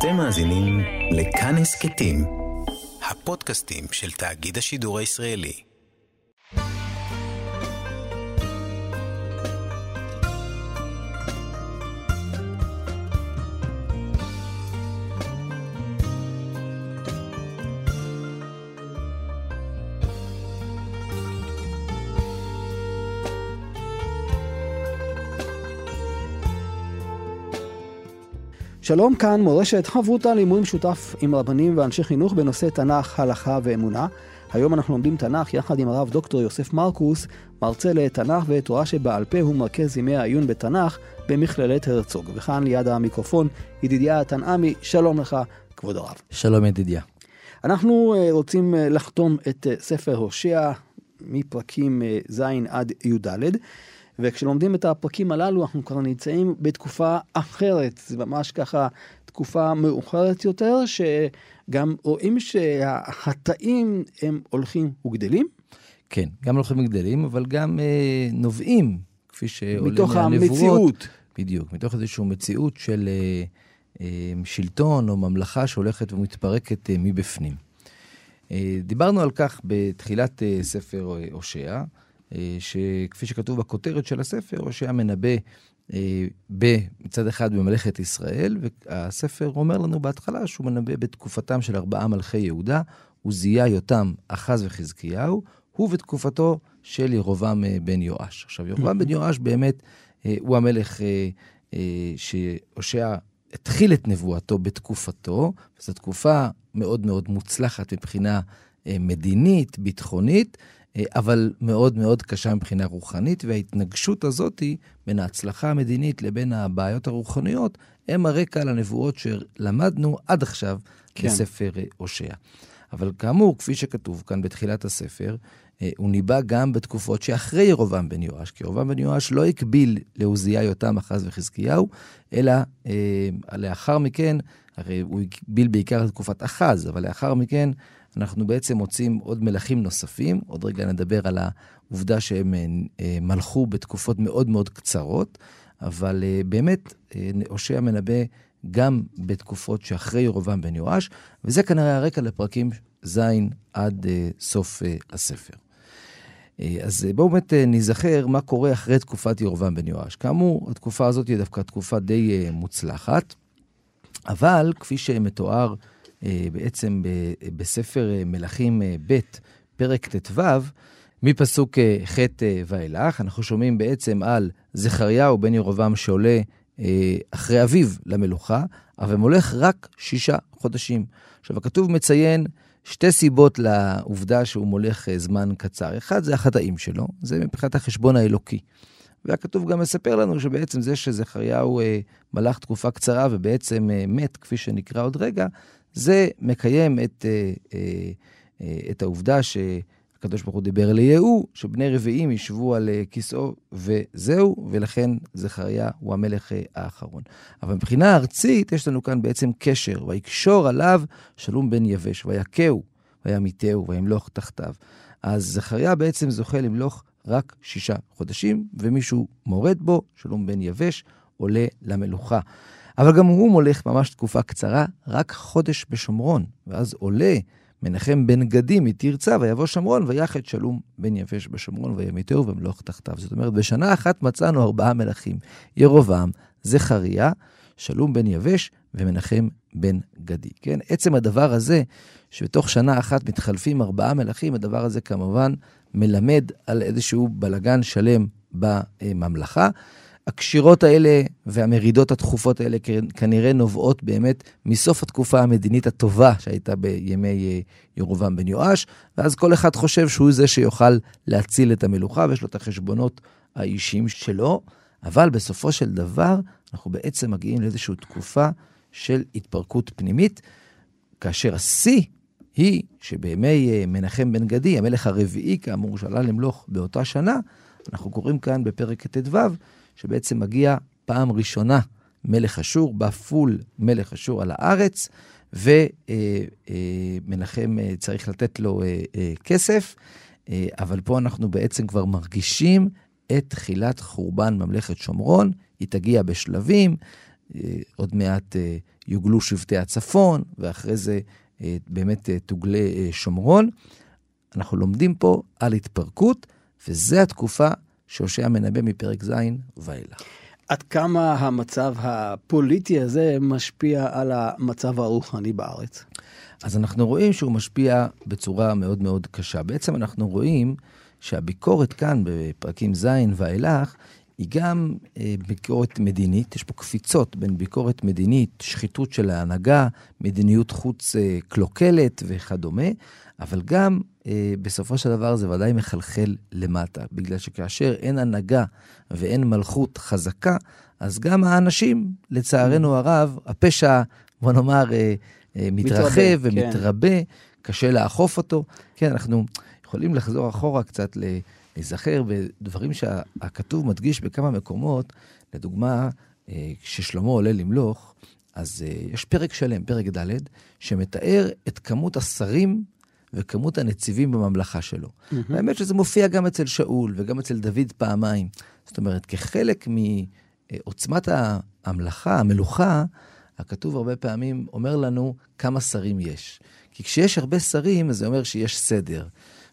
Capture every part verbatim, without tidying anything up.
אתם מאזינים לכאן הסכתים, הפודקאסטים של תאגיד השידור הישראלי. שלום, כאן מורשת, חברותה לימוד משותף עם רבנים ואנשי חינוך בנושא תנ"ך, הלכה ואמונה. היום אנחנו לומדים תנ"ך יחד עם הרב דוקטור יוסף מרקוס, מרצה לתנ"ך ותורה שבעל פה, הוא מרכז ימי העיון בתנ"ך במכללת הרצוג. וכאן ליד המיקרופון ידידיה תנעמי, שלום לך כבוד הרב. שלום ידידיה. אנחנו רוצים לחתום את ספר הושע מפרקים ז' עד י"ד. וכשלומדים את הפרקים הללו, אנחנו כבר נמצאים בתקופה אחרת. זה ממש ככה תקופה מאוחרת יותר, שגם רואים שהחטאים הם הולכים וגדלים. כן, גם הולכים וגדלים, אבל גם אה, נובעים, כפי שעולה מתוך מהנבואות. המציאות. בדיוק, מתוך איזושהי מציאות של אה, אה, שלטון או ממלכה שהולכת ומתפרקת אה, מבפנים. אה, דיברנו על כך בתחילת אה, ספר אה, הושע, שכפי שכתוב בכותרת של הספר, הושע מנבא במצד אחד בממלכת ישראל, והספר אומר לנו בהתחלה שהוא מנבא בתקופתם של ארבעה מלכי יהודה, עוזיה, יותם, אחז וחזקיהו, הוא בתקופתו של ירובעם בן יואש. עכשיו, ירובעם בן יואש באמת הוא המלך שהושע התחיל את נבואתו בתקופתו, וזו תקופה מאוד מאוד מוצלחת מבחינה מדינית, ביטחונית, אבל מאוד מאוד קשה מבחינה רוחנית, וההתנגשות הזאת היא בין ההצלחה המדינית לבין הבעיות הרוחניות, הם הרקע לנבואות שלמדנו עד עכשיו כן. בספר הושע. אבל כאמור, כפי שכתוב כאן בתחילת הספר, הוא ניבא גם בתקופות שאחרי ירובעם בן יואש, כי ירובעם בן יואש לא הקביל לעוזיה, יותם, אחז וחזקיהו, אלא אה, לאחר מכן, הרי הוא הקביל בעיקר את תקופת אחז, אבל לאחר מכן, אנחנו בעצם מוצאים עוד מלכים נוספים, עוד רגע נדבר על העובדה שהם מלכו בתקופות מאוד מאוד קצרות, אבל באמת הושע מנבא גם בתקופות שאחרי ירובעם בן יואש, וזה כנראה הרקע לפרקים ז' עד סוף הספר. אז בואו באמת נזכר מה קורה אחרי תקופת ירובעם בן יואש. כאמור, התקופה הזאת היא דווקא תקופה די מוצלחת, אבל כפי שמתואר בעצם בספר מלכים ב' פרק ט"ו, מפסוק ח' ואילך, אנחנו שומעים בעצם על זכריהו בן ירובעם שעולה אחרי אביו למלוכה, אבל מולך רק שישה חודשים. עכשיו, הכתוב מציין שתי סיבות לעובדה שהוא מולך זמן קצר. אחד זה החטאים שלו, זה מבחינת החשבון האלוקי. והכתוב גם מספר לנו שבעצם זה שזכריהו מלך תקופה קצרה ובעצם מת, כפי שנקרא עוד רגע, זה מקיים את, את העובדה שהקדוש ברוך הוא דיבר ליהוא, שבני רביעים ישבו על כיסאו וזהו, ולכן זכריה הוא המלך האחרון. אבל מבחינה ארצית יש לנו כאן בעצם קשר, ויקשור עליו שלום בן יבש, ויקהו, וימיתהו, וימלוך תחתיו. אז זכריה בעצם זוכה למלוך רק שישה חודשים, ומישהו מורד בו, שלום בן יבש, עולה למלוכה. אבל גם הוא מולך ממש תקופה קצרה, רק חודש בשומרון, ואז עולה מנחם בן גדי מתרצה, ויבוא שומרון, ויחד שלום בן יבש בשומרון, וימיתהו ומלוך תחתיו. זאת אומרת, בשנה אחת מצאנו ארבעה מלכים, ירובעם, זכריה, שלום בן יבש, ומנחם בן גדי. כן? עצם הדבר הזה, שבתוך שנה אחת מתחלפים ארבעה מלכים, הדבר הזה כמובן מלמד על איזשהו בלגן שלם בממלכה. הקשירות האלה והמרידות התכופות האלה כנראה נובעות באמת מסוף התקופה המדינית הטובה שהייתה בימי ירובעם בן יואש, ואז כל אחד חושב שהוא זה שיוכל להציל את המלוכה, ויש לו את החשבונות האישיים שלו, אבל בסופו של דבר אנחנו בעצם מגיעים לאיזושהי תקופה של התפרקות פנימית, כאשר השיא היא שבימי מנחם בן גדי, המלך הרביעי כאמור שעלה למלוך באותה שנה, אנחנו קוראים כאן בפרק ט"ו, שבעצם מגיע פעם ראשונה מלך אשור, בפול מלך אשור על הארץ, ומנחם צריך לתת לו כסף, אבל פה אנחנו בעצם כבר מרגישים את תחילת חורבן ממלכת שומרון, היא תגיע בשלבים, עוד מעט יוגלו שבטי הצפון, ואחרי זה באמת תוגלה שומרון. אנחנו לומדים פה על התפרקות, וזה התקופה שהושע מנבא מפרק ז' ואילך. עד כמה המצב הפוליטי הזה משפיע על המצב הרוחני בארץ? אז אנחנו רואים שהוא משפיע בצורה מאוד מאוד קשה. בעצם אנחנו רואים שהביקורת כאן בפרקים ז' ואילך, היא גם אה, ביקורת מדינית. יש פה קפיצות בין ביקורת מדינית, שחיתות של ההנהגה, מדיניות חוץ אה, קלוקלת וכדומה, אבל גם אה, בסופו של דבר זה ודאי מחלחל למטה, בגלל שכאשר אין הנהגה ואין מלכות חזקה, אז גם האנשים, לצערנו הרב, הפשע, בוא נאמר, אה, אה, מתרחב ומתרבה, כן. קשה לאכוף אותו. כן, אנחנו יכולים לחזור אחורה קצת ל... להיזכר בדברים שהכתוב מדגיש בכמה מקומות. לדוגמה, כששלמה עולה למלוך, אז יש פרק שלם, פרק ד', שמתאר את כמות השרים וכמות הנציבים בממלכה שלו. Mm-hmm. האמת שזה מופיע גם אצל שאול וגם אצל דוד פעמיים. זאת אומרת, כחלק מעוצמת הממלכה, המלוכה, הכתוב הרבה פעמים אומר לנו כמה שרים יש. כי כשיש הרבה שרים, אז זה אומר שיש סדר.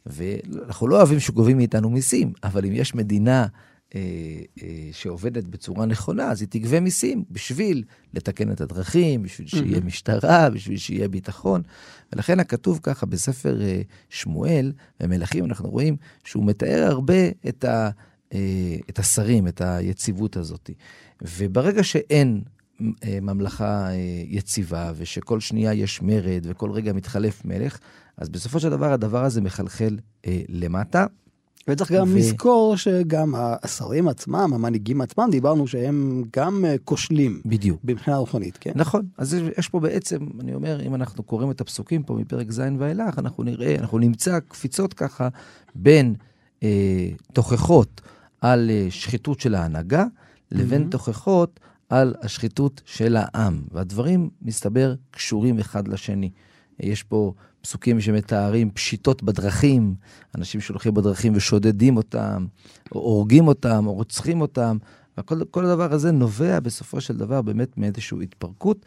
ואנחנו לא אוהבים שגובים מאיתנו מיסים, אבל אם יש מדינה אה, אה, שעובדת בצורה נכונה, אז היא תגבה מיסים בשביל לתקן את הדרכים, בשביל שיהיה משטרה, בשביל שיהיה ביטחון. ולכן הכתוב ככה בספר אה, שמואל ומלכים, אנחנו רואים שהוא מתאר הרבה את, ה, אה, את השרים, את היציבות הזאת. וברגע שאין אה, ממלכה אה, יציבה, ושכל שנייה יש מרד, וכל רגע מתחלף מלך, אז בסופו של דבר, הדבר הזה מחלחל אה, למטה. וצריך גם ו... לזכור שגם השרים עצמם, המנהיגים עצמם, דיברנו שהם גם אה, כושלים. בדיוק. מבחינה רוחנית, כן? נכון. אז יש פה בעצם, אני אומר, אם אנחנו קוראים את הפסוקים פה מפרק ז' ואילך, אנחנו נראה, אנחנו נמצא קפיצות ככה בין אה, תוכחות על אה, שחיתות של ההנהגה, לבין mm-hmm. תוכחות על השחיתות של העם. והדברים, מסתבר, קשורים אחד לשני. יש פה פסוקים שמתארים פשיטות בדרכים, אנשים שהולכים בדרכים ושודדים אותם, או הורגים אותם, או רוצחים אותם, וכל כל הדבר הזה נובע בסופו של דבר באמת מאיזושהי התפרקות,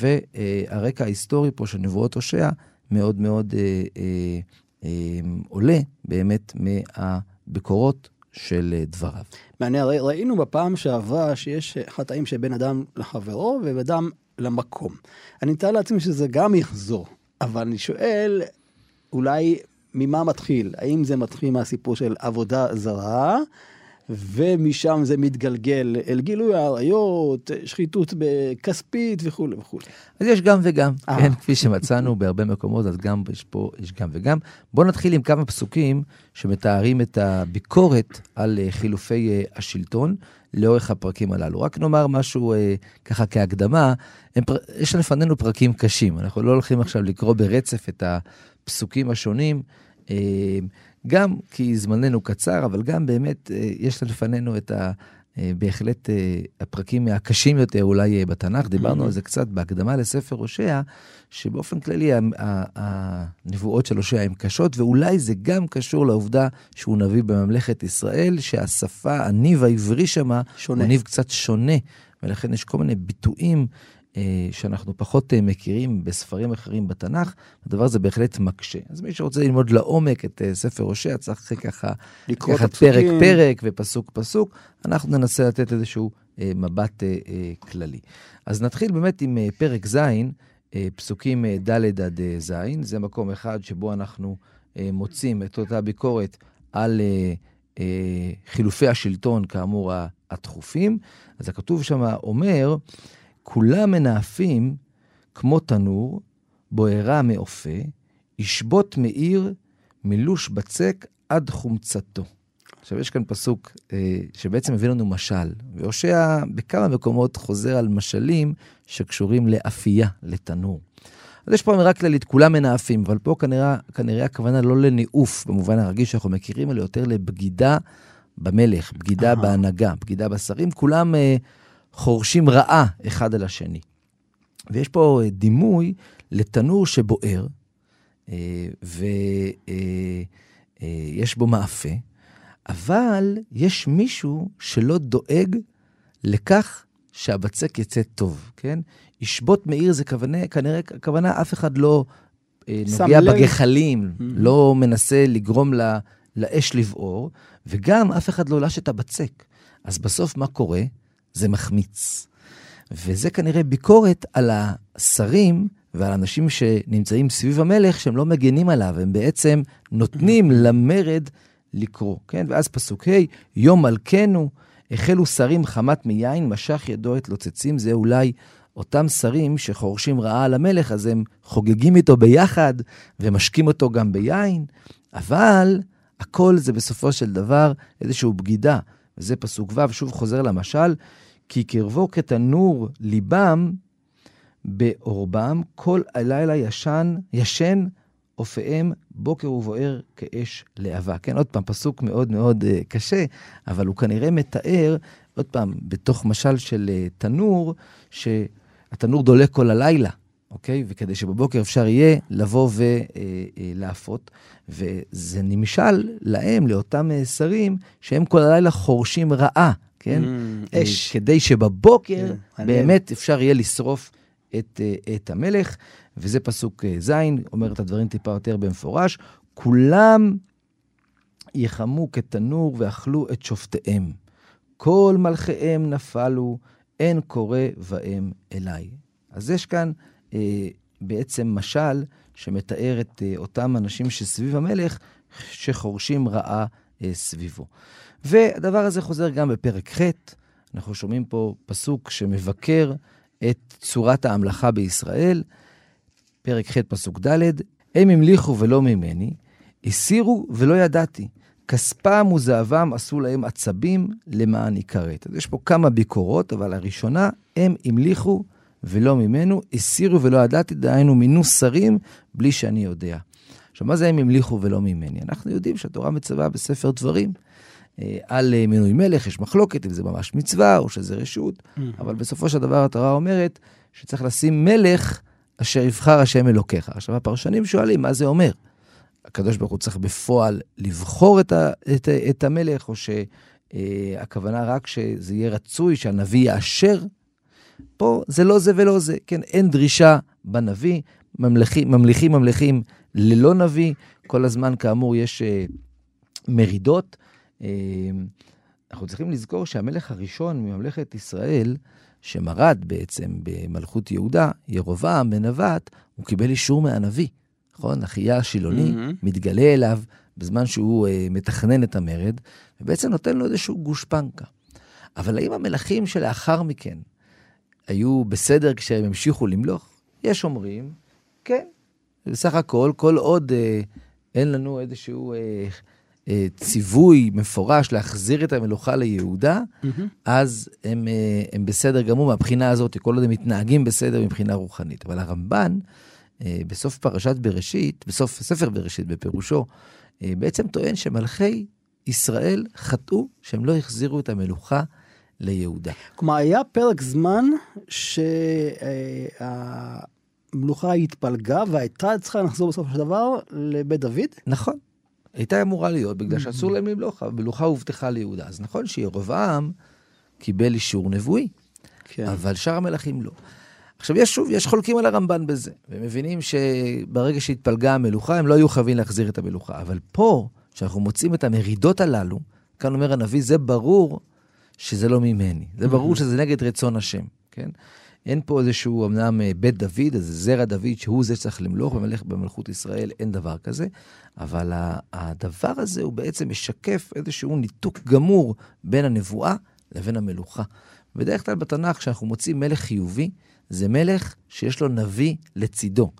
והרקע ההיסטורי פה של נבואות הושע מאוד מאוד אה, אה, אה, עולה באמת מהביקורות של דבריו. מעניין, ראינו בפעם שעברה שיש חטאים שבין אדם לחברו ובאדם למקום. אני מתאר לעצמי שזה גם יחזור. אבל אני שואל, אולי ממה מתחיל? האם זה מתחיל מהסיפור של עבודה זרה, ומשם זה מתגלגל אל גילוי העריות, שחיתות בכספית וכו' וכו'. אז יש גם וגם, כן, כפי שמצאנו בהרבה מקומות, אז גם יש פה, יש גם וגם. בואו נתחיל עם כמה פסוקים שמתארים את הביקורת על חילופי השלטון לאורך הפרקים הללו. רק נאמר משהו ככה כהקדמה, יש לפנינו פרקים קשים, אנחנו לא הולכים עכשיו לקרוא ברצף את הפסוקים השונים, גם כי זמננו קצר, אבל גם באמת יש לפנינו את ה, בהחלט הפרקים הקשים יותר אולי בתנ"ך, דיברנו על זה קצת בהקדמה לספר הושע, שבאופן כללי הנבואות של הושע הן קשות, ואולי זה גם קשור לעובדה שהוא נביא בממלכת ישראל, שהשפה, הניב העברי שמה, הוא ניב קצת שונה, ולכן יש כל מיני ביטויים שאנחנו פחות מכירים בספרים אחרים בתנ"ך, הדבר הזה בהחלט מקשה. אז מי שרוצה ללמוד לעומק את ספר הושע, צריך ככה לקחת פרק פרק ופסוק פסוק, אנחנו ננסה לתת איזשהו מבט כללי. אז נתחיל באמת עם פרק ז', פסוקים ד' עד ז', זה מקום אחד שבו אנחנו מוצאים את אותה ביקורת על חילופי השלטון, כאמור התכופים. אז הכתוב שם אומר, כולם מנאפים כמו תנור, בוערה מאופה, ישבות מאיר, מילוש בצק עד חומצתו. עכשיו יש כאן פסוק אה, שבעצם מביא לנו משל, והושע בכמה מקומות חוזר על משלים שקשורים לאפייה, לתנור. אז יש פה אמירה כללית, כולם מנאפים, אבל פה כנראה, כנראה הכוונה לא לניאוף, במובן הרגיש שאנחנו מכירים, אלא יותר לבגידה במלך, בגידה בהנהגה, בגידה בשרים, כולם אה, חורשים רעה אחד על השני. ויש פה אה, דימוי לתנור שבוער, אה, ויש אה, אה, בו מאפה, אבל יש מישהו שלא דואג לכך שהבצק יצא טוב, כן? ישבות מאיר זה כוונה, כנראה, כוונה אף אחד לא אה, נוגע לב. בגחלים, mm-hmm. לא מנסה לגרום לה, לאש לבעור, וגם אף אחד לא לש את הבצק. אז בסוף מה קורה? זה מחמיץ. וזה כנראה ביקורת על השרים ועל אנשים שנמצאים סביב המלך, שהם לא מגנים עליו, הם בעצם נותנים למרד לקרוא, כן? ואז פסוק ה' יום מלכנו, החלו שרים חמת מיין, משך ידו את לוצצים, זה אולי אותם שרים שחורשים רעה על המלך, אז הם חוגגים איתו ביחד, ומשקים אותו גם ביין, אבל הכל זה בסופו של דבר איזשהו בגידה, וזה פסוק ו', שוב חוזר למשל, כי קרבו כתנור ליבם באורבם, כל הלילה ישן, ישן, אופיהם בוקר ובוער כאש להבה. כן, עוד פעם, פסוק מאוד מאוד uh, קשה, אבל הוא כנראה מתאר, עוד פעם, בתוך משל של uh, תנור, שהתנור דולק כל הלילה, אוקיי? וכדי שבבוקר אפשר יהיה לבוא ולהפות, וזה נמשל להם, לאותם uh, שרים, שהם כל הלילה חורשים רעה, כן? Mm, אש. כדי שבבוקר כן, באמת אפשר יהיה לשרוף את, uh, את המלך, וזה פסוק זין, אומר את הדברים טיפה יותר במפורש, כולם יחמו כתנור ואכלו את שופטיהם. כל מלכיהם נפלו, אין קורא בהם אליי. אז יש כאן אה, בעצם משל שמתאר את אה, אותם אנשים שסביב המלך, שחורשים רעה אה, סביבו. והדבר הזה חוזר גם בפרק ח', אנחנו שומעים פה פסוק שמבקר את צורת ההמלכה בישראל, פרק ח' פסוק ד', הם המליכו ולא ממני, הסירו ולא ידעתי, כספם וזהבם עשו להם עצבים למען יכרת. אז יש פה כמה ביקורות, אבל הראשונה, הם המליכו ולא ממנו, הסירו ולא ידעתי, דהיינו מינו שרים בלי שאני יודע. עכשיו, מה זה הם המליכו ולא ממני? אנחנו יודעים שהתורה מצווה בספר דברים, על מינוי מלך, יש מחלוקת אם זה ממש מצווה או שזה רשות, אבל בסופו של דבר התורה אומרת שצריך לשים מלך אשר יבחר השם אלוקיך. עכשיו הפרשנים שואלים מה זה אומר? הקדוש ברוך הוא צריך בפועל לבחור את, ה, את, את המלך, או שהכוונה רק שזה יהיה רצוי שהנביא יאשר? פה זה לא זה ולא זה, כן, אין דרישה בנביא, ממלכים, ממליכים ממלכים ללא נביא, כל הזמן כאמור יש מרידות. אנחנו צריכים לזכור שהמלך הראשון מממלכת ישראל, שמרד בעצם במלכות יהודה, ירובעם בן נבט, הוא קיבל אישור מהנביא, נכון? אחיה השילוני mm-hmm. מתגלה אליו בזמן שהוא uh, מתכנן את המרד, ובעצם נותן לו איזשהו גושפנקה. אבל האם המלכים שלאחר מכן היו בסדר כשהם המשיכו למלוך? יש אומרים, כן, בסך הכל, כל עוד uh, אין לנו איזשהו uh, uh, ציווי מפורש להחזיר את המלוכה ליהודה, mm-hmm. אז הם, uh, הם בסדר גמור מהבחינה הזאת, כל עוד הם מתנהגים בסדר מבחינה רוחנית. אבל הרמב"ן, uh, בסוף פרשת בראשית, בסוף ספר בראשית בפירושו, uh, בעצם טוען שמלכי ישראל חטאו שהם לא החזירו את המלוכה ליהודה. כלומר, היה פרק זמן שהמלוכה התפלגה והייתה צריכה לחזור בסוף של דבר לבית דוד? נכון. הייתה אמורה להיות, בגלל שאסור להם למלוך, המלוכה הובטחה ליהודה. אז נכון שירובעם קיבל אישור נבואי, כן. אבל שאר המלכים לא. עכשיו, יש שוב, יש חולקים על הרמב"ן בזה, והם מבינים שברגע שהתפלגה המלוכה, הם לא היו חייבים להחזיר את המלוכה. אבל פה, שאנחנו מוצאים את המרידות הללו, כאן אומר הנביא, זה ברור שזה לא ממני. זה ברור שזה נגד רצון השם, כן? אין פה איזשהו, אמנם בית דוד, אז זרע דוד, שהוא זה שצריך למלוך ומלך במלכות ישראל, אין דבר כזה, אבל הדבר הזה הוא בעצם משקף איזשהו ניתוק גמור בין הנבואה לבין המלוכה. בדרך כלל בתנ"ך, כשאנחנו מוצאים מלך חיובי, זה מלך שיש לו נביא לצידו.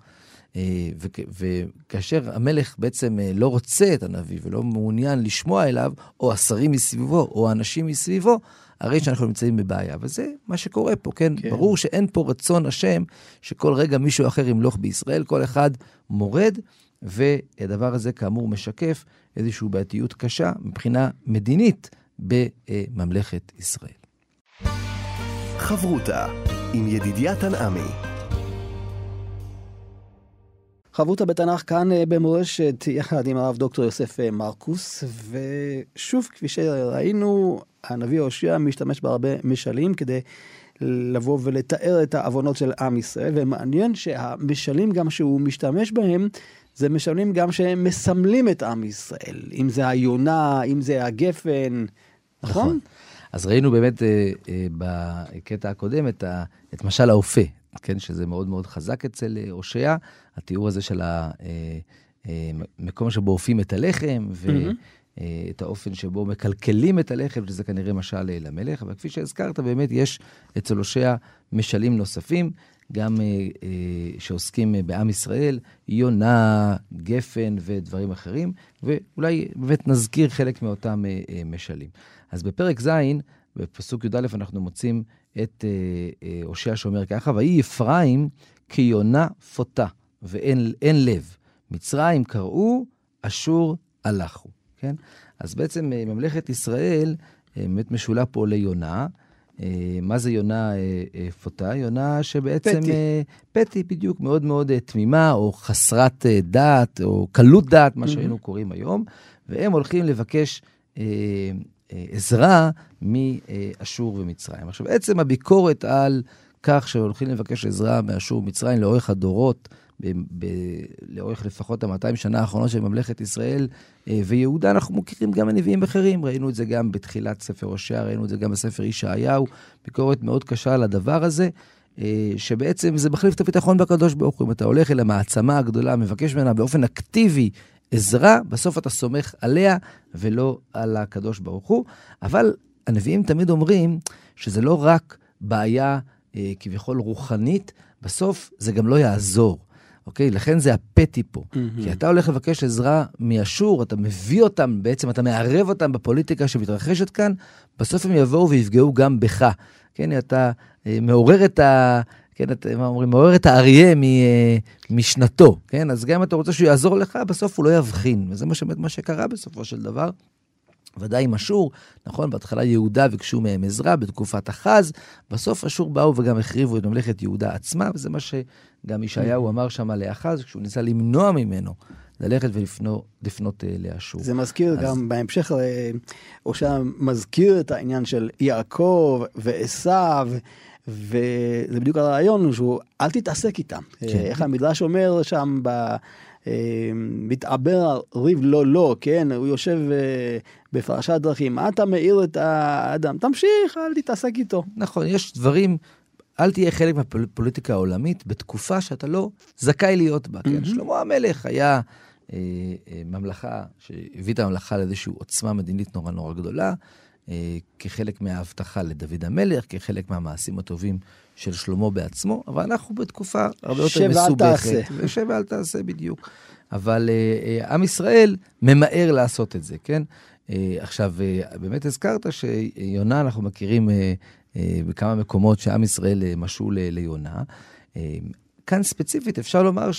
וכאשר המלך בעצם לא רוצה את הנביא ולא מעוניין לשמוע אליו, או השרים מסביבו, או האנשים מסביבו, הרי שאנחנו נמצאים בבעיה. וזה מה שקורה פה, כן? כן. ברור שאין פה רצון השם שכל רגע מישהו אחר ימלוך בישראל, כל אחד מורד, והדבר הזה כאמור משקף איזושהי בעייתיות קשה מבחינה מדינית בממלכת ישראל. חברותה עם ידידיה תנעמי. חברותה בתנ"ך כאן במורשת יחד עם הרב דוקטור יוסף מרקוס, ושוב כפי שראינו הנביא הושע משתמש בהרבה משלים כדי לבוא ולתאר את העוונות של עם ישראל, ומעניין שהמשלים גם שהוא משתמש בהם, זה משלים גם שהם מסמלים את עם ישראל, אם זה היונה, אם זה הגפן, נכון? נכון. אז ראינו באמת אה, אה, בקטע הקודם את, ה, את משל האופה, כן, שזה מאוד מאוד חזק אצל הושע, התיאור הזה של המקום אה, אה, שבו אופים את הלחם, ו... Mm-hmm. את האופן שבו מקלקלים את הלחם, שזה כנראה משל למלך, אבל כפי שהזכרת, באמת יש אצל הושע משלים נוספים, גם אה, אה, שעוסקים בעם ישראל, יונה, גפן ודברים אחרים, ואולי באמת נזכיר חלק מאותם אה, אה, משלים. אז בפרק ז', בפסוק י"א אנחנו מוצאים את אה, אה, הושע שאומר ככה, ויהי אפרים כיונה פותה, ואין אין לב. מצרים קראו, אשור הלכו. כן? אז בעצם ממלכת ישראל באמת משולה פה ליונה. מה זה יונה פותה? יונה שבעצם... פתי. פתי, בדיוק, מאוד מאוד תמימה, או חסרת דעת, או קלות דעת, מה שהיינו קוראים היום, והם הולכים לבקש עזרה מאשור ומצרים. עכשיו, בעצם הביקורת על כך שהולכים לבקש עזרה מאשור ומצרים לאורך הדורות, ב- ב- לאורך לפחות ה-מאתיים שנה האחרונות של ממלכת ישראל אה, ויהודה, אנחנו מוכירים גם הנביאים אחרים, ראינו את זה גם בתחילת ספר הושע, ראינו את זה גם בספר ישעיהו, ביקורת מאוד קשה על הדבר הזה, אה, שבעצם זה מחליף את הביטחון בקדוש ברוך הוא, אם אתה הולך אל המעצמה הגדולה, מבקש ממנה באופן אקטיבי עזרה, בסוף אתה סומך עליה ולא על הקדוש ברוך הוא, אבל הנביאים תמיד אומרים שזה לא רק בעיה אה, כביכול רוחנית, בסוף זה גם לא יעזור. אוקיי? לכן זה הפתי פה. Mm-hmm. כי אתה הולך לבקש עזרה מאשור, אתה מביא אותם, בעצם אתה מערב אותם בפוליטיקה שמתרחשת כאן, בסוף הם יבואו ויפגעו גם בך. כן? אתה אה, מעורר את ה... כן, אתה, מה אומרים? מעורר את האריה מ, אה, משנתו. כן? אז גם אם אתה רוצה שהוא יעזור לך, בסוף הוא לא יבחין. וזה מה שבאמת מה שקרה בסופו של דבר. ודאי עם אשור, נכון, בהתחלה יהודה ביקשו מהם עזרה בתקופת אחז, בסוף אשור באו וגם החריבו את ממלכת יהודה עצמה, וזה מה שגם ישעיהו אמר שם לאחז, כשהוא ניסה למנוע ממנו ללכת ולפנות לאשור. זה מזכיר אז... גם בהמשך, הושע מזכיר את העניין של יעקב ועשיו, וזה בדיוק הרעיון שהוא, אל תתעסק איתם. כן. איך המדרש אומר שם ב... מתעבר על ריב לא לא, כן? הוא יושב בפרשת דרכים. מה אתה מאיר את האדם? תמשיך, אל תתעסק איתו. נכון, יש דברים, אל תהיה חלק מהפוליטיקה העולמית בתקופה שאתה לא זכאי להיות בה. כן? שלמה המלך היה אה, אה, ממלכה, שהביא את הממלכה לאיזושהי עוצמה מדינית נורא נורא גדולה, אה, כחלק מההבטחה לדוד המלך, כחלק מהמעשים הטובים של שלמה בעצמו, אבל אנחנו בתקופה הרבה יותר מסובכת. שב ואל תעשה בדיוק. אבל uh, עם ישראל ממהר לעשות את זה, כן? Uh, עכשיו, uh, באמת הזכרת שיונה, אנחנו מכירים uh, uh, בכמה מקומות שעם ישראל uh, משול uh, ליונה. Uh, כאן ספציפית אפשר לומר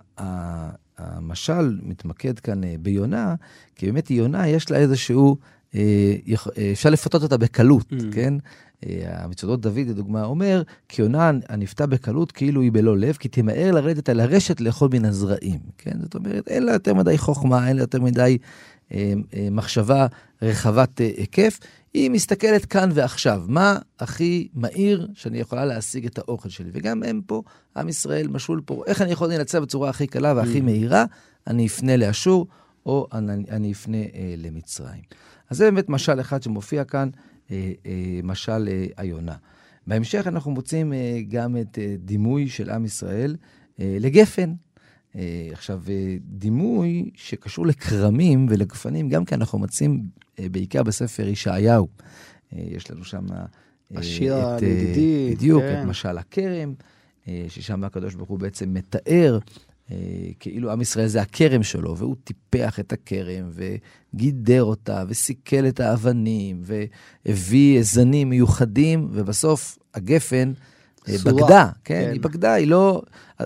שהמשל שה, מתמקד כאן uh, ביונה, כי באמת יונה יש לה איזשהו, uh, אפשר לפתות אותה בקלות, mm. כן? המצודות דוד, לדוגמה, אומר, כי יונה הנפתה בקלות כאילו היא בלא לב, כי תמהר לרדת על הרשת לאכול מן הזרעים. כן? זאת אומרת, אין לה יותר מדי חוכמה, אין לה יותר מדי אה, אה, מחשבה רחבת אה, היקף. היא מסתכלת כאן ועכשיו, מה הכי מהיר שאני יכולה להשיג את האוכל שלי? וגם הם פה, עם ישראל משול פה, איך אני יכול לנצל בצורה הכי קלה והכי מהירה? אני אפנה לאשור, או אני, אני אפנה אה, למצרים. אז זה באמת משל אחד שמופיע כאן, משל היונה. בהמשך אנחנו מוצאים גם את דימוי של עם ישראל לגפן. עכשיו, דימוי שקשור לקרמים ולגפנים, גם כי אנחנו מוצאים בעיקר בספר ישעיהו. יש לנו שם השיר הנדידי. בדיוק, כן. את משל הכרם, ששם הקדוש ברוך הוא בעצם מתאר כאילו עם ישראל זה הכרם שלו, והוא טיפח את הכרם, וגידר אותה, וסיכל את האבנים, והביא זנים מיוחדים, ובסוף הגפן סורה, בגדה, כן? כן? היא בגדה, היא לא...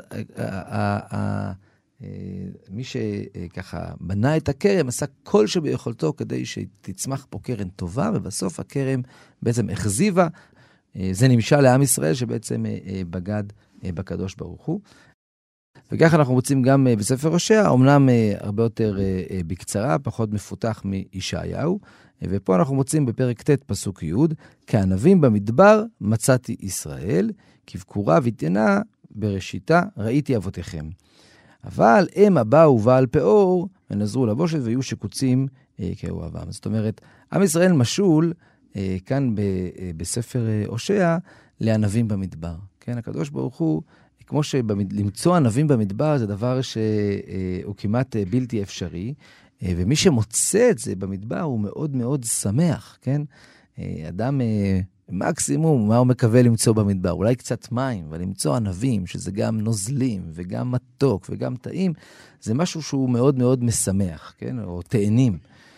מי שככה בנה את הכרם, עשה כל שביכולתו כדי שתצמח פה קרן טובה, ובסוף הכרם בעצם החזיבה. זה נמשל לעם ישראל שבעצם בגד בקדוש ברוך הוא. וכך אנחנו מוצאים גם בספר הושע, אומנם הרבה יותר בקצרה, פחות מפותח מישעיהו, ופה אנחנו מוצאים בפרק ט' פסוק י', כענבים במדבר מצאתי ישראל, כבקורה ותאנה בראשיתה ראיתי אבותיכם. אבל הם הבאו בעל פאור, ונזרו לבושת ויהיו שקוצים כאוהבם. זאת אומרת, עם ישראל משול כאן בספר הושע לענבים במדבר. כן, הקדוש ברוך הוא, כמו שלמצוא ענבים במדבר זה דבר שהוא כמעט בלתי אפשרי, ומי שמוצא את זה במדבר הוא מאוד מאוד שמח, כן? אדם מקסימום, מה הוא מקווה למצוא במדבר? אולי קצת מים, אבל למצוא ענבים, שזה גם נוזלים וגם מתוק וגם טעים, זה משהו שהוא מאוד מאוד משמח, כן? או תאנים.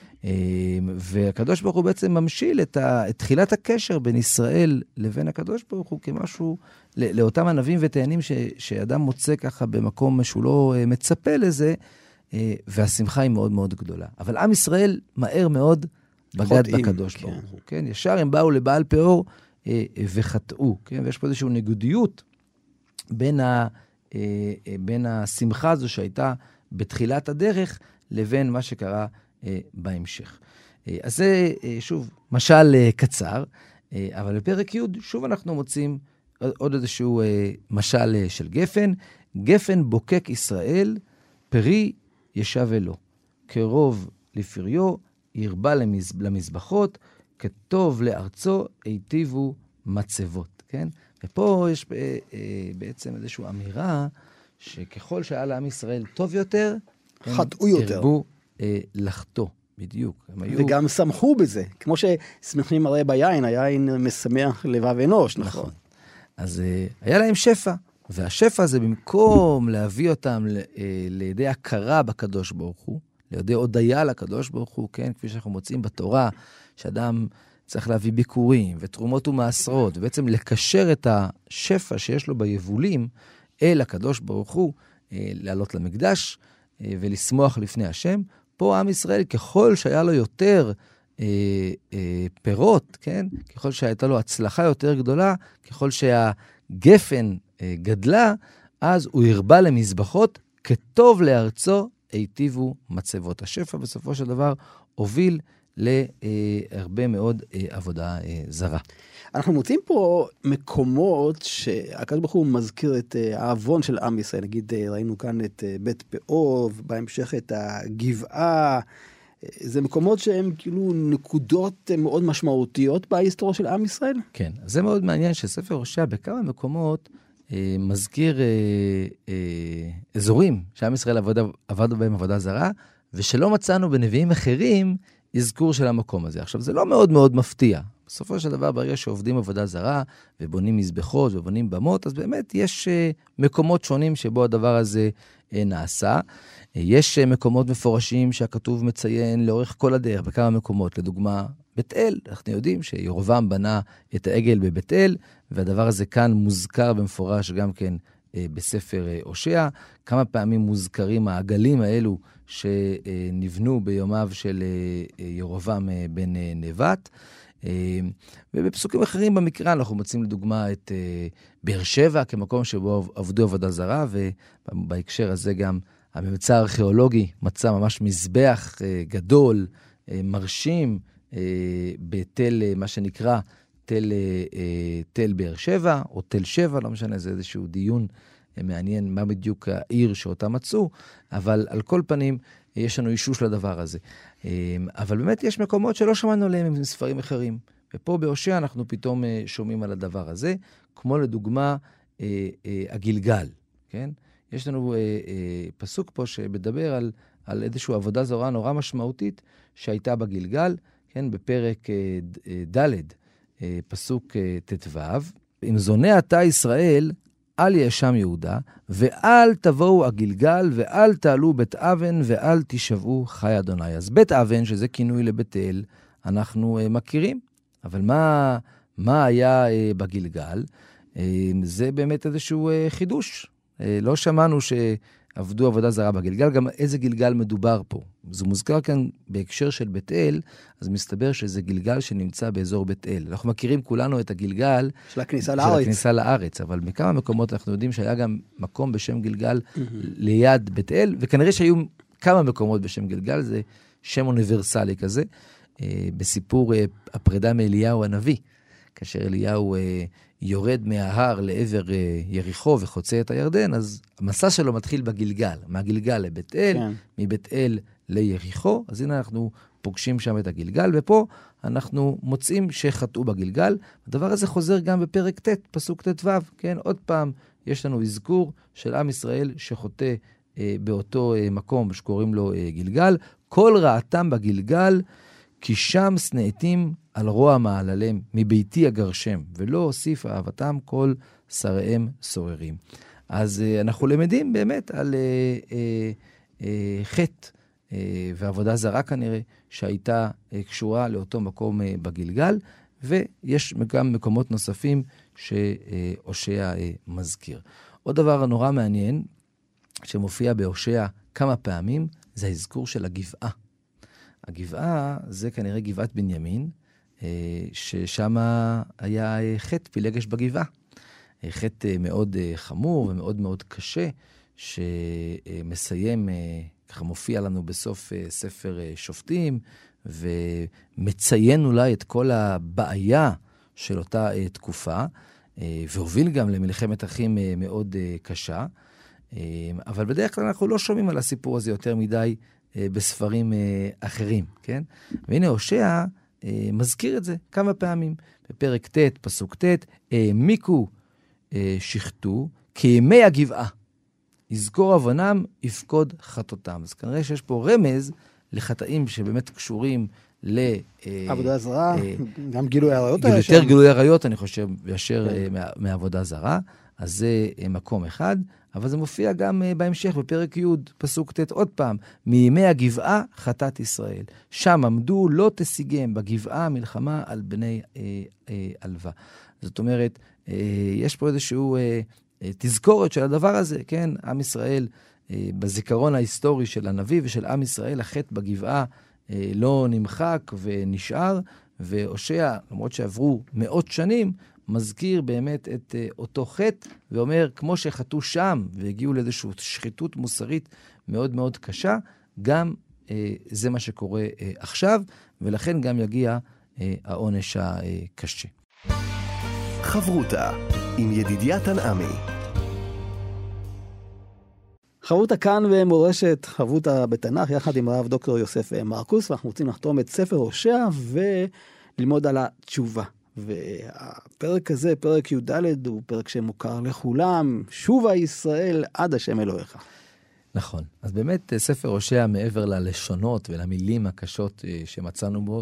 והקדוש ברוך הוא בעצם ממשיל את, ה, את תחילת הקשר בין ישראל לבין הקדוש ברוך הוא כמשהו, לאותם ענבים ותאנים ש, שאדם מוצא ככה במקום שהוא לא מצפה לזה, והשמחה היא מאוד מאוד גדולה. אבל עם ישראל מהר מאוד בגד בקדוש ברוך הוא. כן, ישר הם באו לבעל פאור וחטאו. כן, ויש פה איזושהי ניגודיות בין, ה, בין השמחה הזו שהייתה בתחילת הדרך לבין מה שקרה בהמשך. אז זה, שוב, משל קצר, אבל בפרק י' שוב אנחנו מוצאים עוד איזשהו משל של גפן. גפן בוקק ישראל, פרי ישב אלו. כרוב לפריו, ירבה למזבחות, כטוב לארצו, היטיבו מצבות. כן? ופה יש בעצם איזושהי אמירה, שככל שהיה לעם ישראל טוב יותר, חטאו יותר. הרבו לחטוא, בדיוק. היו... וגם שמחו בזה, כמו ששמחים הרי ביין, היין משמח לבב אנוש, נכון? נכון. אז uh, היה להם שפע, והשפע זה במקום להביא אותם ל, uh, לידי הכרה בקדוש ברוך הוא, לידי הודיה לקדוש ברוך הוא, כן, כפי שאנחנו מוצאים בתורה, שאדם צריך להביא ביקורים ותרומות ומעשרות, ובעצם לקשר את השפע שיש לו ביבולים אל הקדוש ברוך הוא, uh, לעלות למקדש uh, ולשמוח לפני השם. פה עם ישראל, ככל שהיה לו יותר אה, אה, פירות, כן? ככל שהייתה לו הצלחה יותר גדולה, ככל שהגפן אה, גדלה, אז הוא הרבה למזבחות, כטוב לארצו היטיבו מצבות. השפע בסופו של דבר הוביל להרבה מאוד אה, עבודה אה, זרה. אנחנו מוצאים פה מקומות שהקדוש ברוך הוא מזכיר את העוון של עם ישראל. נגיד, ראינו כאן את בית פאור, בהמשך את הגבעה. זה מקומות שהם כאילו נקודות מאוד משמעותיות בהיסטוריה של עם ישראל? כן, זה מאוד מעניין שספר הושע בכמה מקומות אה, מזכיר אה, אה, אזורים שעם ישראל עבד, עבד בהם עבודה זרה, ושלא מצאנו בנביאים אחרים אזכור של המקום הזה. עכשיו, זה לא מאוד מאוד מפתיע. בסופו של דבר, ברגע שעובדים עבודה זרה, ובונים מזבחות ובונים במות, אז באמת יש מקומות שונים שבו הדבר הזה נעשה. יש מקומות מפורשים שהכתוב מציין לאורך כל הדרך, בכמה מקומות. לדוגמה, בית אל, אנחנו יודעים שירובעם בנה את העגל בבית אל, והדבר הזה כאן מוזכר במפורש גם כן בספר הושע. כמה פעמים מוזכרים העגלים האלו שנבנו ביומיו של ירובעם בן נבט. ובפסוקים אחרים במקרא אנחנו מוצאים לדוגמה את באר שבע כמקום שבו עבדו עבודה זרה, ובהקשר הזה גם הממצא הארכיאולוגי מצא ממש מזבח גדול, מרשים, בתל, מה שנקרא תל, תל באר שבע, או תל שבע, לא משנה, זה איזשהו דיון מעניין מה בדיוק העיר שאותה מצאו, אבל על כל פנים יש לנו אישוש לדבר הזה. אבל באמת יש מקומות שלא שמענו עליהם עם ספרים אחרים. ופה בהושע אנחנו פתאום שומעים על הדבר הזה, כמו לדוגמה הגלגל, כן? יש לנו פסוק פה שמדבר על, על איזושהי עבודה זרה נורא משמעותית שהייתה בגלגל, כן? בפרק ד' פסוק ת' אם זונה אתה ישראל, אל ישם יהודה, ואל תבואו הגלגל, ואל תעלו בית אבן, ואל תשבעו חי אדוני. אז בית אבן, שזה כינוי לבית אל, אנחנו uh, מכירים. אבל מה, מה היה uh, בגלגל? Uh, זה באמת איזשהו uh, חידוש. Uh, לא שמענו עבדו עבודה זרה בגלגל, גם איזה גלגל מדובר פה. זה מוזכר כאן בהקשר של בית אל, אז מסתבר שזה גלגל שנמצא באזור בית אל. אנחנו מכירים כולנו את הגלגל של הכניסה של לארץ. הכניסה לארץ, אבל מכמה מקומות אנחנו יודעים שהיה גם מקום בשם גלגל mm-hmm. ליד בית אל, וכנראה שהיו כמה מקומות בשם גלגל, זה שם אוניברסלי כזה, אה, בסיפור אה, הפרידה מאליהו הנביא, כאשר אליהו אה, יורד מההר לעבר אה, יריחו וחוצה את הירדן, אז המסע שלו מתחיל בגלגל, מהגלגל לבית אל, כן. מבית אל ליריחו, אז הנה אנחנו פוגשים שם את הגלגל, ופה אנחנו מוצאים שחטאו בגלגל. הדבר הזה חוזר גם בפרק ט', פסוק ט' ו', כן? עוד פעם, יש לנו אזכור של עם ישראל שחוטא אה, באותו אה, מקום שקוראים לו אה, גלגל. כל רעתם בגלגל, כי שם שנאתים על רוע מעלליהם, מביתי אגרשם, ולא הוסיף אהבתם כל שריהם סוררים. אז אה, אנחנו למדים באמת על אה, אה, אה, חטא, ועבודה זרה כנראה, שהייתה קשורה לאותו מקום בגלגל, ויש גם מקומות נוספים שהושע מזכיר. עוד דבר נורא מעניין, שמופיע בהושע כמה פעמים, זה האזכור של הגבעה. הגבעה זה כנראה גבעת בנימין, ששם היה חטא פילגש בגבעה. חטא מאוד חמור ומאוד מאוד קשה, שמסיים ככה מופיע לנו בסוף uh, ספר uh, שופטים, ומציין אולי את כל הבעיה של אותה uh, תקופה, uh, והוביל גם למלחמת אחים uh, מאוד uh, קשה, uh, אבל בדרך כלל אנחנו לא שומעים על הסיפור הזה יותר מדי uh, בספרים uh, אחרים, כן? והנה הושע uh, מזכיר את זה כמה פעמים, בפרק ט', פסוק ט', העמיקו uh, שחטו כימי הגבעה. יזכור אבונם, יפקוד חטאותם. אז כנראה שיש פה רמז לחטאים שבאמת קשורים ל... עבודה זרה, גם גילוי עריות. יותר גילוי עריות, אני חושב, ישר מעבודה זרה. אז זה מקום אחד, אבל זה מופיע גם בהמשך, בפרק י', פסוק ט', עוד פעם, מימי הגבעה חטאת ישראל. שם עמדו לא תשיגם, בגבעה מלחמה על בני עלווה. זאת אומרת, יש פה איזשהו... תזכורת של הדבר הזה, כן? עם ישראל, בזיכרון ההיסטורי של הנביא ושל עם ישראל, החטא בגבעה לא נמחק ונשאר, והושע, למרות שעברו מאות שנים, מזכיר באמת את אותו חטא, ואומר, כמו שחטאו שם, והגיעו לאיזושהי שחיתות מוסרית מאוד מאוד קשה, גם זה מה שקורה עכשיו, ולכן גם יגיע העונש הקשה. חברותה עם ידידיה תנעמי. חברותה כאן ומורשת, חברותה בתנ"ך, יחד עם הרב דוקטור יוסף מרקוס, ואנחנו רוצים לחתום את ספר הושע וללמוד על התשובה. והפרק הזה, פרק י' ד', הוא פרק שמוכר לכולם, שובה ישראל עד השם אלוהיך. נכון. אז באמת ספר הושע מעבר ללשונות ולמילים הקשות שמצאנו בו,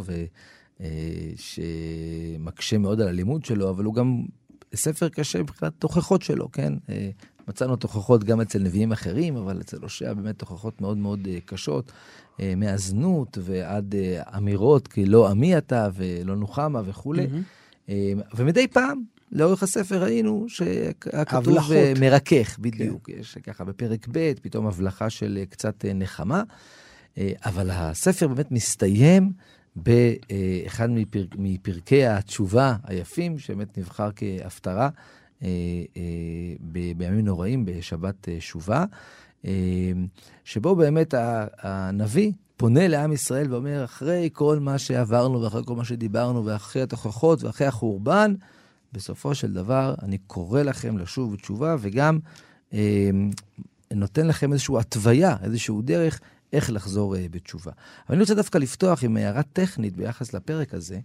ושמקשה מאוד על הלימוד שלו, אבל הוא גם ספר קשה מבחינת תוכחות שלו, כן? מצאנו תוכחות גם אצל נביאים אחרים, אבל אצל הושע באמת תוכחות מאוד מאוד קשות, מהזנות ועד אמירות, כי לא עמי אתה ולא נוחמה וכו'. Mm-hmm. ומדי פעם, לאורך הספר ראינו שהכתוב מרכך, בדיוק. כן. יש ככה בפרק ב', פתאום הבלחה של קצת נחמה, אבל הספר באמת מסתיים באחד מפר... מפרקי התשובה היפים, שבאמת נבחר כהפטרה, בימים נוראים, בשבת שובה, שבו באמת הנביא פונה לעם ישראל ואומר, אחרי כל מה שעברנו ואחרי כל מה שדיברנו ואחרי התוכחות ואחרי החורבן, בסופו של דבר אני קורא לכם לשוב בתשובה, וגם נותן לכם איזושהי התוויה, איזושהי דרך איך לחזור בתשובה. אבל אני רוצה דווקא לפתוח עם הערה טכנית ביחס לפרק הזה,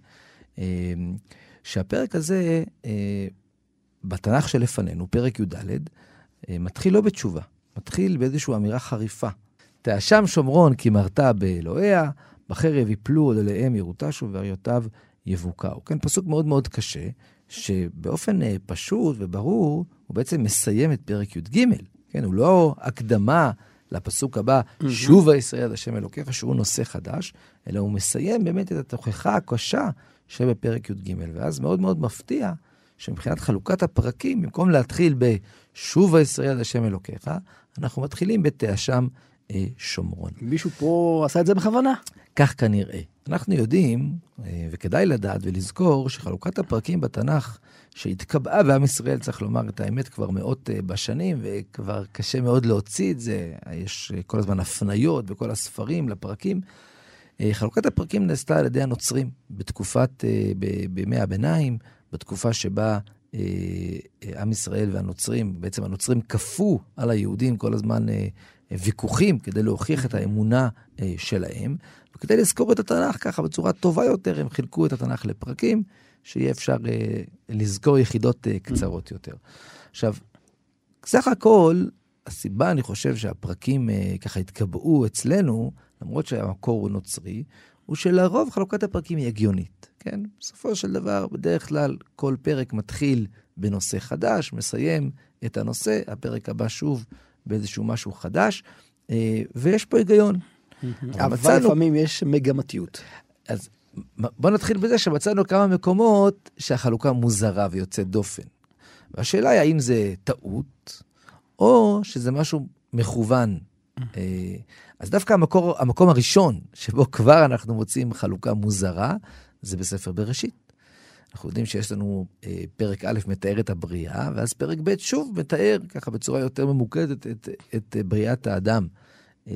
שהפרק הזה בתנ"ך שלפנינו, פרק י' ד', מתחיל לא בתשובה, מתחיל באיזושהי אמירה חריפה. תאשם שומרון כי מרתה באלוהיה, בחרב יפלו אליהם ירוטשו ואריותיו יבוקעו. כן, פסוק מאוד מאוד קשה, שבאופן פשוט וברור, הוא בעצם מסיים את פרק י' ג'. כן, הוא לא הקדמה לפסוק הבא, mm-hmm. שובה ישראל עד השם אלוקיך, שהוא נושא חדש, אלא הוא מסיים באמת את התוכחה הקשה שבפרק י' ג'. ואז מאוד מאוד מפתיע, שמבחינת חלוקת הפרקים, במקום להתחיל שובה ישראל עד השם אלוקיך, אנחנו מתחילים בתאשם אה, שומרון. מישהו פה עשה את זה בכוונה? כך כנראה. אנחנו יודעים, אה, וכדאי לדעת ולזכור, שחלוקת הפרקים בתנ"ך, שהתקבעה בעם ישראל, צריך לומר את האמת, כבר מאות אה, בשנים, וכבר קשה מאוד להוציא את זה, יש אה, כל הזמן הפניות בכל הספרים לפרקים, חלוקת הפרקים נעשתה על ידי הנוצרים, בתקופת, בימי הביניים, בתקופה שבה עם ישראל והנוצרים, בעצם הנוצרים כפו על היהודים כל הזמן ויכוחים, כדי להוכיח את האמונה שלהם, וכדי לזכור את התנ"ך ככה בצורה טובה יותר, הם חילקו את התנ"ך לפרקים, שיהיה אפשר לזכור יחידות קצרות יותר. עכשיו, סך הכל, הסיבה, אני חושב שהפרקים ככה התקבעו אצלנו, למרות שהמקור הוא נוצרי, הוא שלרוב חלוקת הפרקים היא הגיונית. כן? בסופו של דבר, בדרך כלל, כל פרק מתחיל בנושא חדש, מסיים את הנושא, הפרק הבא שוב באיזשהו משהו חדש, ויש פה היגיון. אבל מצאנו... לפעמים יש מגמתיות. אז בוא נתחיל בזה שמצאנו כמה מקומות שהחלוקה מוזרה ויוצאת דופן. והשאלה היא האם זה טעות, או שזה משהו מכוון. אז דווקא המקור, המקום הראשון שבו כבר אנחנו מוצאים חלוקה מוזרה, זה בספר בראשית. אנחנו יודעים שיש לנו אה, פרק א' מתאר את הבריאה, ואז פרק ב' שוב מתאר ככה בצורה יותר ממוקדת את, את בריאת האדם. אה,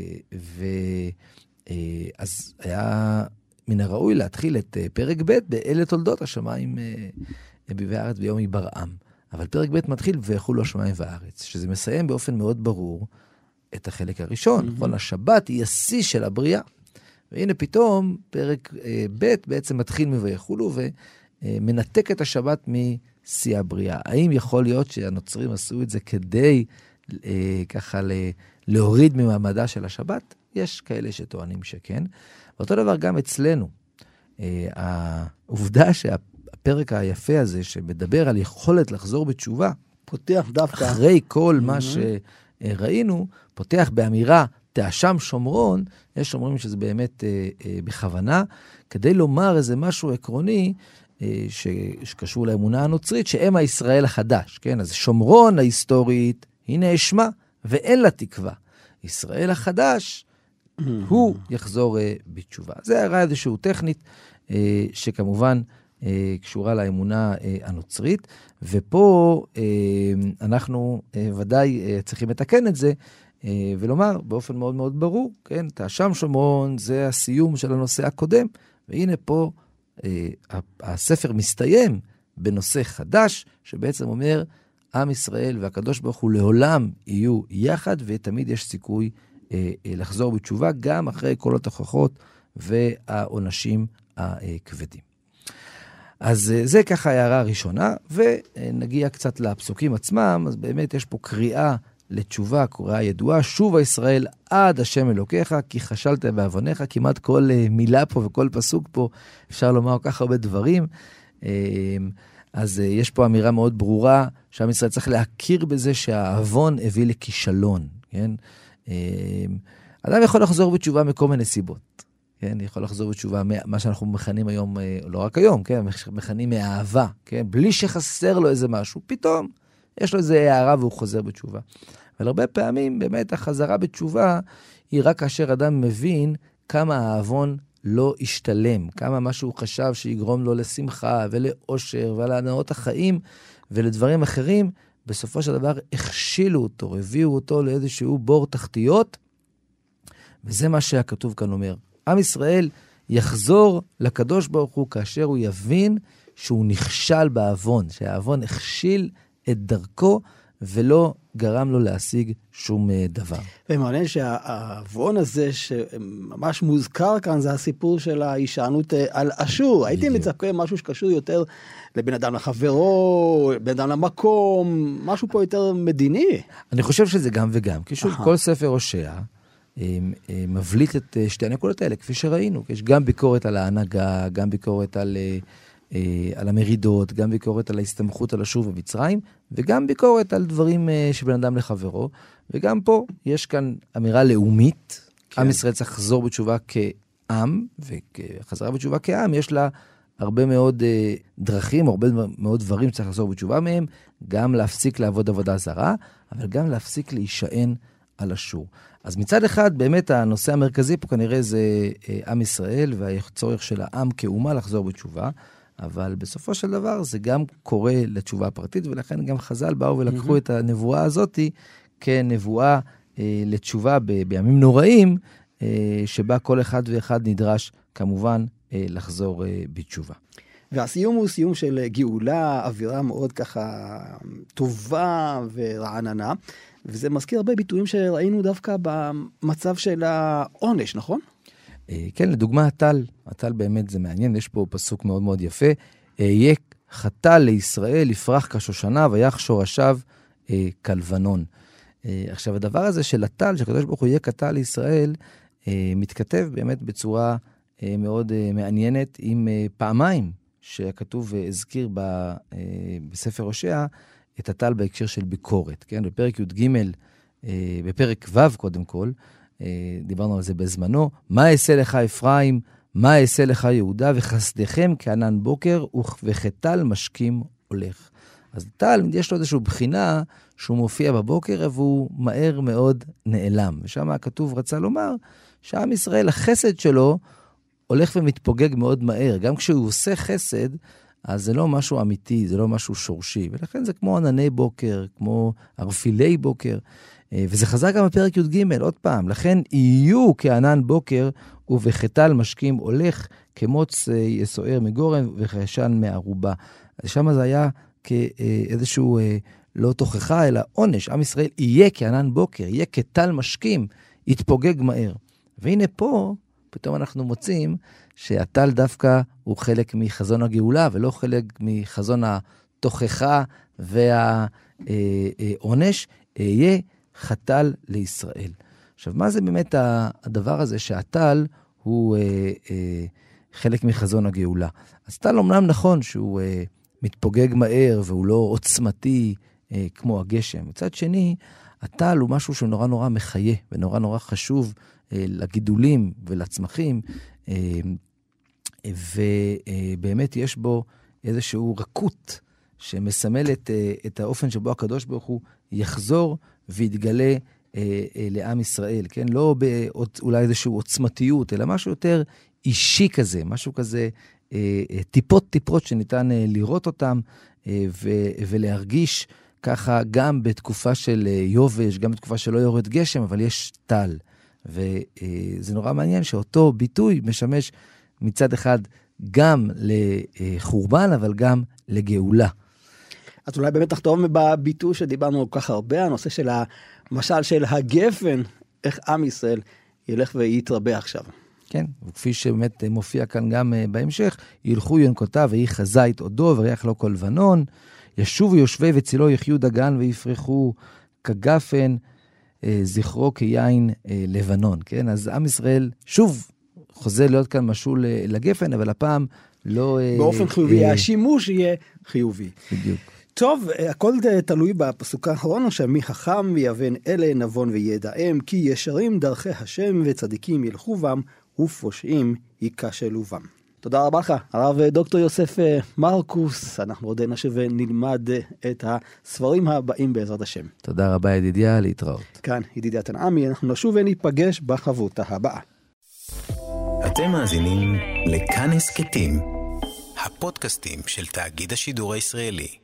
ואז אה, היה מן הראוי להתחיל את אה, פרק ב' באלה תולדות השמיים אה, ביבי הארץ ביום יברעם. אבל פרק ב' מתחיל ויחולו השמיים והארץ, שזה מסיים באופן מאוד ברור את החלק הראשון, נכון? Mm-hmm. השבת היא השיא של הבריאה. והנה פתאום פרק אה, ב' בעצם מתחיל מויחולו ומנתק את השבת משיא הבריאה. האם יכול להיות שהנוצרים עשו את זה כדי אה, ככה ל- להוריד ממעמדה של השבת? יש כאלה שטוענים שכן. ואותו דבר גם אצלנו. אה, העובדה שהפרק היפה הזה שמדבר על יכולת לחזור בתשובה, פותח דווקא. אחרי כל mm-hmm. מה שראינו, פותח באמירה, תאשם שומרון, יש שומרים שזה באמת אה, אה, בכוונה, כדי לומר איזה משהו עקרוני, אה, ש, שקשור לאמונה הנוצרית, שהם הישראל החדש, כן? אז שומרון ההיסטורית, היא נאשמה, ואין לה תקווה. ישראל החדש, הוא יחזור אה, בתשובה. זה הערה איזשהו טכנית, אה, שכמובן אה, קשורה לאמונה אה, הנוצרית, ופה אה, אנחנו אה, ודאי אה, צריכים לתקן את זה, ולומר באופן מאוד מאוד ברור, כן, תאשם שומרון זה הסיום של הנושא הקודם, והנה פה אה, הספר מסתיים בנושא חדש, שבעצם אומר, עם ישראל והקדוש ברוך הוא לעולם יהיו יחד, ותמיד יש סיכוי אה, אה, לחזור בתשובה, גם אחרי כל התוכחות והעונשים הכבדים. אז אה, זה ככה הערה הראשונה, ונגיע קצת לפסוקים עצמם, אז באמת יש פה קריאה, לתשובה, קוראה ידועה, שובה ישראל עד השם אלוקיך, כי חשלת בעווניך, כמעט כל uh, מילה פה וכל פסוק פה, אפשר לומר כך הרבה דברים. Uh, אז uh, יש פה אמירה מאוד ברורה, שעם ישראל צריך להכיר בזה שהעוון הביא לכישלון. כן? Uh, אדם יכול לחזור בתשובה מכל מיני סיבות. כן? יכול לחזור בתשובה, מה שאנחנו מכנים היום, uh, לא רק היום, כן? מכנים מאהבה, כן? בלי שחסר לו איזה משהו, פתאום. יש לו איזה הערה והוא חוזר בתשובה. אבל הרבה פעמים באמת החזרה בתשובה היא רק כאשר אדם מבין כמה העוון לא ישתלם, כמה מה שהוא חשב שיגרום לו לשמחה ולאושר ולהנאות החיים ולדברים אחרים, בסופו של דבר הכשילו אותו, הביאו אותו לאיזשהו בור תחתיות, וזה מה שהכתוב כאן אומר. עם ישראל יחזור לקדוש ברוך הוא כאשר הוא יבין שהוא נכשל בעוון, שהעוון הכשיל את דרכו, ולא גרם לו להשיג שום דבר. ומעניין שהעוון הזה שממש מוזכר כאן, זה הסיפור של ההישענות על אשור. הייתי מצפה משהו שקשור יותר לבן אדם לחברו, בן אדם למקום, משהו פה יותר מדיני. אני חושב שזה גם וגם, כי שוב, כל ספר הושע מבליט את שתי הנקודות האלה, כפי שראינו. יש גם ביקורת על ההנהגה, גם ביקורת על... על המרידות, גם ביקורת על ההסתמכות על השוב במצרים, וגם ביקורת על דברים שבין אדם לחברו, וגם פה יש כאן אמירה לאומית, כן. עם ישראל צריך לחזור בתשובה כעם, וחזרה בתשובה כעם, יש לה הרבה מאוד אה, דרכים, הרבה מאוד דברים שצריך לחזור בתשובה מהם, גם להפסיק לעבוד עבודה זרה, אבל גם להפסיק להישען על אשור. אז מצד אחד, באמת הנושא המרכזי פה כנראה זה אה, עם ישראל, והצורך של העם כאומה לחזור בתשובה, אבל בסופו של דבר זה גם קורה לתשובה הפרטית, ולכן גם חז"ל באו ולקחו mm-hmm. את הנבואה הזאת כנבואה אה, לתשובה ב- בימים נוראים, אה, שבה כל אחד ואחד נדרש כמובן אה, לחזור אה, בתשובה. והסיום הוא סיום של גאולה, אווירה מאוד ככה טובה ורעננה, וזה מזכיר הרבה ביטויים שראינו דווקא במצב של העונש, נכון? כן, לדוגמה הטל, הטל באמת זה מעניין, יש פה פסוק מאוד מאוד יפה, יהיה חתל לישראל, יפרח כשושנה, ויח שורשיו אה, כלבנון. אה, עכשיו, הדבר הזה של הטל, שהקדוש ברוך הוא יהיה חתל לישראל, אה, מתכתב באמת בצורה אה, מאוד אה, מעניינת עם אה, פעמיים, שכתוב והזכיר ב, אה, בספר הושע, את הטל בהקשר של ביקורת, כן? בפרק י"ג, אה, בפרק ו' קודם כל, דיברנו על זה בזמנו, מה אעשה לך אפרים, מה אעשה לך יהודה, וחסדכם כענן בוקר, וכטל משקים הולך. אז טל, יש לו איזושהי בחינה שהוא מופיע בבוקר, והוא מהר מאוד נעלם. ושם הכתוב רצה לומר, שעם ישראל, החסד שלו, הולך ומתפוגג מאוד מהר. גם כשהוא עושה חסד, אז זה לא משהו אמיתי, זה לא משהו שורשי. ולכן זה כמו ענני בוקר, כמו ערפילי בוקר, וזה חזר גם בפרק י"ג, עוד פעם, לכן יהיו כענן בוקר ובחטל משקים הולך, כמוץ יסוער מגורן וכעשן מערובה. אז שם זה היה כאיזשהו לא תוכחה, אלא עונש. עם ישראל יהיה כענן בוקר, יהיה כטל משקים, יתפוגג מהר. והנה פה, פתאום אנחנו מוצאים שהטל דווקא הוא חלק מחזון הגאולה, ולא חלק מחזון התוכחה והעונש, יהיה חתל לישראל. עכשיו, מה זה באמת הדבר הזה שהטל הוא אה, אה, חלק מחזון הגאולה? אז טל אומנם נכון שהוא אה, מתפוגג מהר והוא לא עוצמתי אה, כמו הגשם. מצד שני, הטל הוא משהו שהוא נורא נורא מחיה ונורא נורא חשוב אה, לגידולים ולצמחים, אה, ובאמת יש בו איזשהו רכות שמסמלת אה, את האופן שבו הקדוש ברוך הוא יחזור ויתגלה אה, אה, לעם ישראל, כן? לא באולי איזושהי עוצמתיות, אלא משהו יותר אישי כזה, משהו כזה, אה, אה, טיפות טיפות שניתן אה, לראות אותם, אה, ו- ולהרגיש ככה גם בתקופה של אה, יובש, גם בתקופה שלא יורד גשם, אבל יש טל. וזה אה, נורא מעניין שאותו ביטוי משמש מצד אחד גם לחורבן, אבל גם לגאולה. אז אולי באמת תחתום בביטוי שדיברנו כל כך הרבה, הנושא של המשל של הגפן, איך עם ישראל ילך ויתרבה עכשיו. כן, וכפי שבאמת מופיע כאן גם בהמשך, ילכו ינקותיו ויהי חזית עודו וריח לו כל לבנון, ישובו יושבי וצילו יחיו דגן ויפרחו כגפן, זכרו כיין לבנון, כן? אז עם ישראל שוב חוזר להיות כאן משול לגפן, אבל הפעם לא... באופן חיובי, השימוש יהיה חיובי. בדיוק. טוב, הכל תלוי בפסוק האחרון, שמי חכם ויבן אלה נבון וידעם, כי ישרים דרכי השם וצדיקים ילכו בם, ופושעים ייכשלו בם. תודה רבה לך, הרב דוקטור יוסף מרקוס. אנחנו עוד נשב ונלמד את הספרים הבאים בעזרת השם. תודה רבה ידידיה, להתראות. כאן ידידיה תנעמי, אנחנו נשוב וניפגש בחברותה הבאה. אתם מאזינים לכאן הסכתים, הפודקאסטים של תאגיד השידור הישראלי.